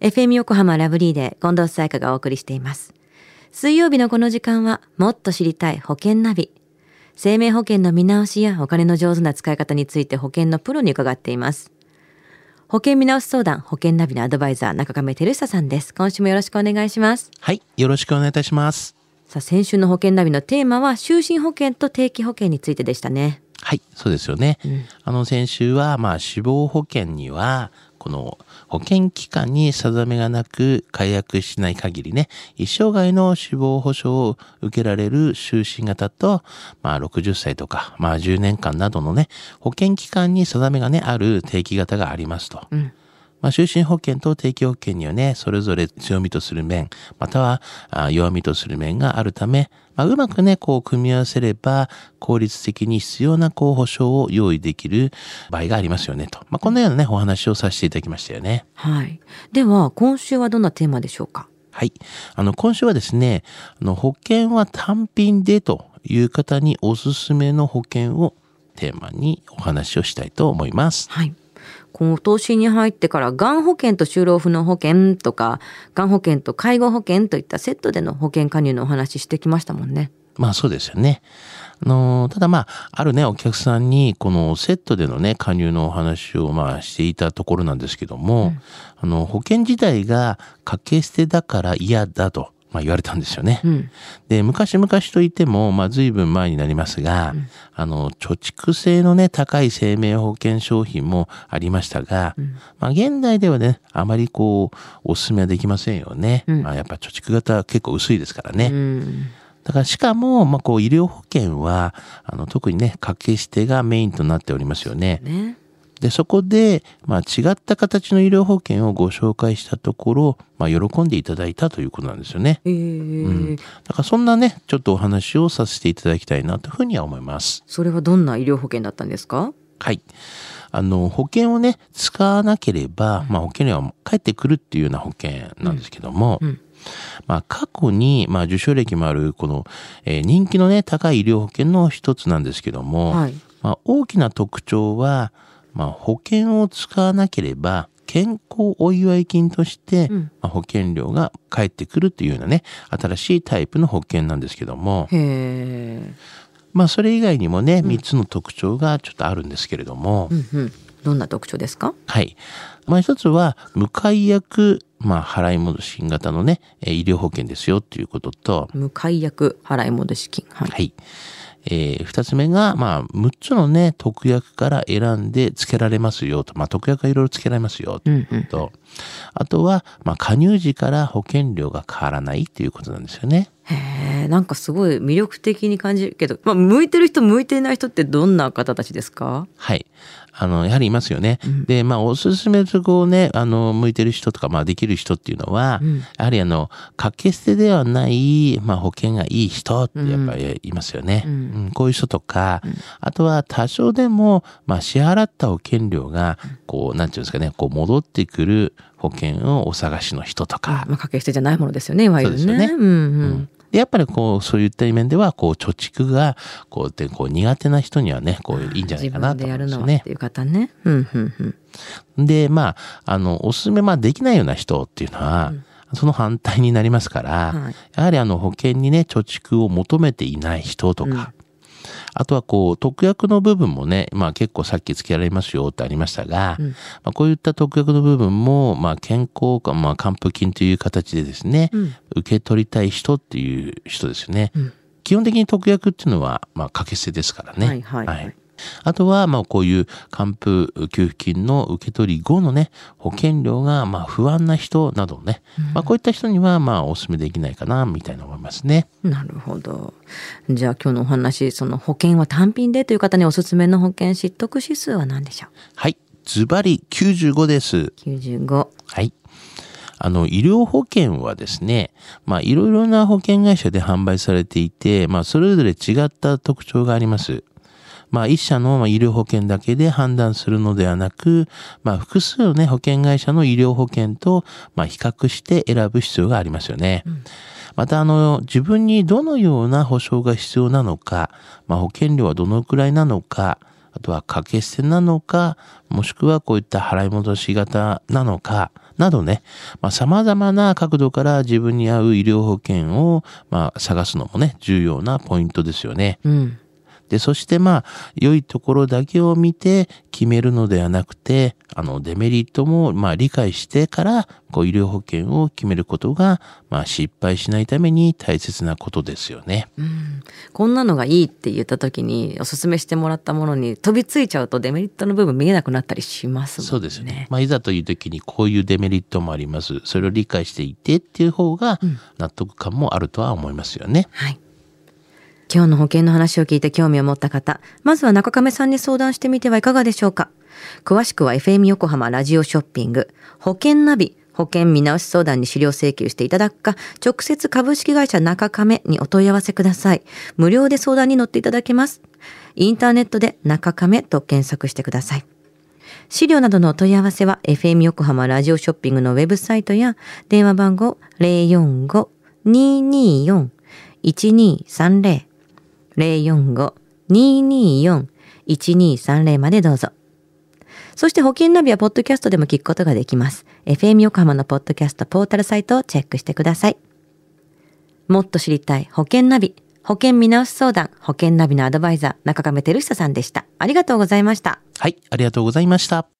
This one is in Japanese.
FM 横浜ラブリーで近藤紗友香がお送りしています。水曜日のこの時間はもっと知りたい保険ナビ。生命保険の見直しやお金の上手な使い方について保険のプロに伺っています。保険見直し相談保険ナビのアドバイザー中亀照久さんです。今週もよろしくお願いします。 はい、よろしくお願いいたします。 さあ、先週の保険ナビのテーマは就寝保険と定期保険についてでしたね。 はい、そうですよね。先週は死亡保険にはこの保険期間に定めがなく解約しない限りね、一生涯の死亡保障を受けられる就寝型と、60歳とか、10年間などのね、保険期間に定めがね、ある定期型がありますと。就寝保険と定期保険にはね、それぞれ強みとする面、または弱みとする面があるため、うまくね、組み合わせれば、効率的に必要な保障を用意できる場合がありますよねと。このようなね、お話をさせていただきましたよね。 はい。では、今週はどんなテーマでしょうか？ はい。今週はですね、保険は単品でという方におすすめの保険をテーマにお話をしたいと思います。 はい。今年に入ってからがん保険と就労不能保険とかがん保険と介護保険といったセットでの保険加入のお話してきましたもんね。 そうですよね。ただあるね、お客さんにこのセットでのね、加入のお話をしていたところなんですけども、保険自体が掛け捨てだから嫌だと言われたんですよね。で、昔々といっても、随分前になりますが、貯蓄性のね、高い生命保険商品もありましたが、現代ではね、あまりお勧めはできませんよね。やっぱ貯蓄型は結構薄いですからね。だからしかも、医療保険は、特にね、掛け捨てがメインとなっておりますよね。で、そこで、違った形の医療保険をご紹介したところ、喜んでいただいたということなんですよね。だからそんなね、ちょっとお話をさせていただきたいなというふうには思います。 それはどんな医療保険だったんですか？ はい。保険をね、使わなければ、保険料が返ってくるっていうような保険なんですけども、過去に、受賞歴もある、この、人気のね、高い医療保険の一つなんですけども、大きな特徴は、保険を使わなければ健康お祝い金として、保険料が返ってくるというようなね、新しいタイプの保険なんですけども、それ以外にもね、3つの特徴がちょっとあるんですけれども、 どんな特徴ですか？ はい。一つは無解約、払い戻し金型のね、医療保険ですよということと、 無解約払い戻し金。はい。 二つ目が、6つのね、特約から選んで付けられますよと。特約がいろいろ付けられますよと。あとは、加入時から保険料が変わらないっていうことなんですよね。 なんかすごい魅力的に感じるけど、向いてる人向いていない人ってどんな方たちですか？ はい。やはりいますよね。で、おすすめとね、向いてる人とか、できる人っていうのは、やはり掛け捨てではない、保険がいい人ってやっぱりいますよね。こういう人とか、あとは多少でも、支払った保険料が、なんていうんですかね、戻ってくる保険をお探しの人とか。 掛け捨てじゃないものですよね、いわゆるね。そうですよね。 でやっぱりそういった面では貯蓄が苦手な人にはねいいんじゃないかなと思うんですよね。自分でやるのはっていう方ね。でおすすめできないような人っていうのは、その反対になりますから、やはり保険にね貯蓄を求めていない人とか、あとは特約の部分もね、結構さっき付けられますよってありましたが、こういった特約の部分も、健康か、還付金という形でですね、受け取りたい人っていう人ですよね。基本的に特約っていうのは、掛け捨てですからね。あとは、こういう還付給付金の受け取り後のね、保険料が、不安な人などね、こういった人には、お勧めできないかな、みたいな思いますね。 なるほど。じゃあ今日のお話、その保険は単品でという方におすすめの保険知得指数は何でしょう？ はい。ズバリ95です。 95。 はい。医療保険はですね、いろいろな保険会社で販売されていて、それぞれ違った特徴があります。一社の医療保険だけで判断するのではなく、複数のね、保険会社の医療保険と、比較して選ぶ必要がありますよね。また、自分にどのような保障が必要なのか、保険料はどのくらいなのか、あとは掛け捨てなのか、もしくはこういった払い戻し型なのか、 などね、様々な角度から自分に合う医療保険を、探すのもね、重要なポイントですよね。で、そして良いところだけを見て決めるのではなくて、デメリットも理解してから、医療保険を決めることが、失敗しないために大切なことですよね。 こんなのがいいって言った時に、おすすめしてもらったものに飛びついちゃうとデメリットの部分見えなくなったりしますもんね。 そうですよね。いざという時にこういうデメリットもあります。それを理解していてっていう方が納得感もあるとは思いますよね。 はい。今日の保険の話を聞いて興味を持った方、まずは中亀さんに相談してみてはいかがでしょうか。詳しくは FM 横浜ラジオショッピング保険ナビ保険見直し相談に資料請求していただくか、直接株式会社中亀にお問い合わせください。無料で相談に乗っていただけます。インターネットで中亀と検索してください。資料などのお問い合わせは FM 横浜ラジオショッピングのウェブサイトや電話番号 045-224-1230 045-224-1230 までどうぞ。そして保険ナビはポッドキャストでも聞くことができます。FM 横浜のポッドキャストポータルサイトをチェックしてください。もっと知りたい保険ナビ、保険見直し相談、保険ナビのアドバイザー、中亀照久さんでした。ありがとうございました。 はい、ありがとうございました。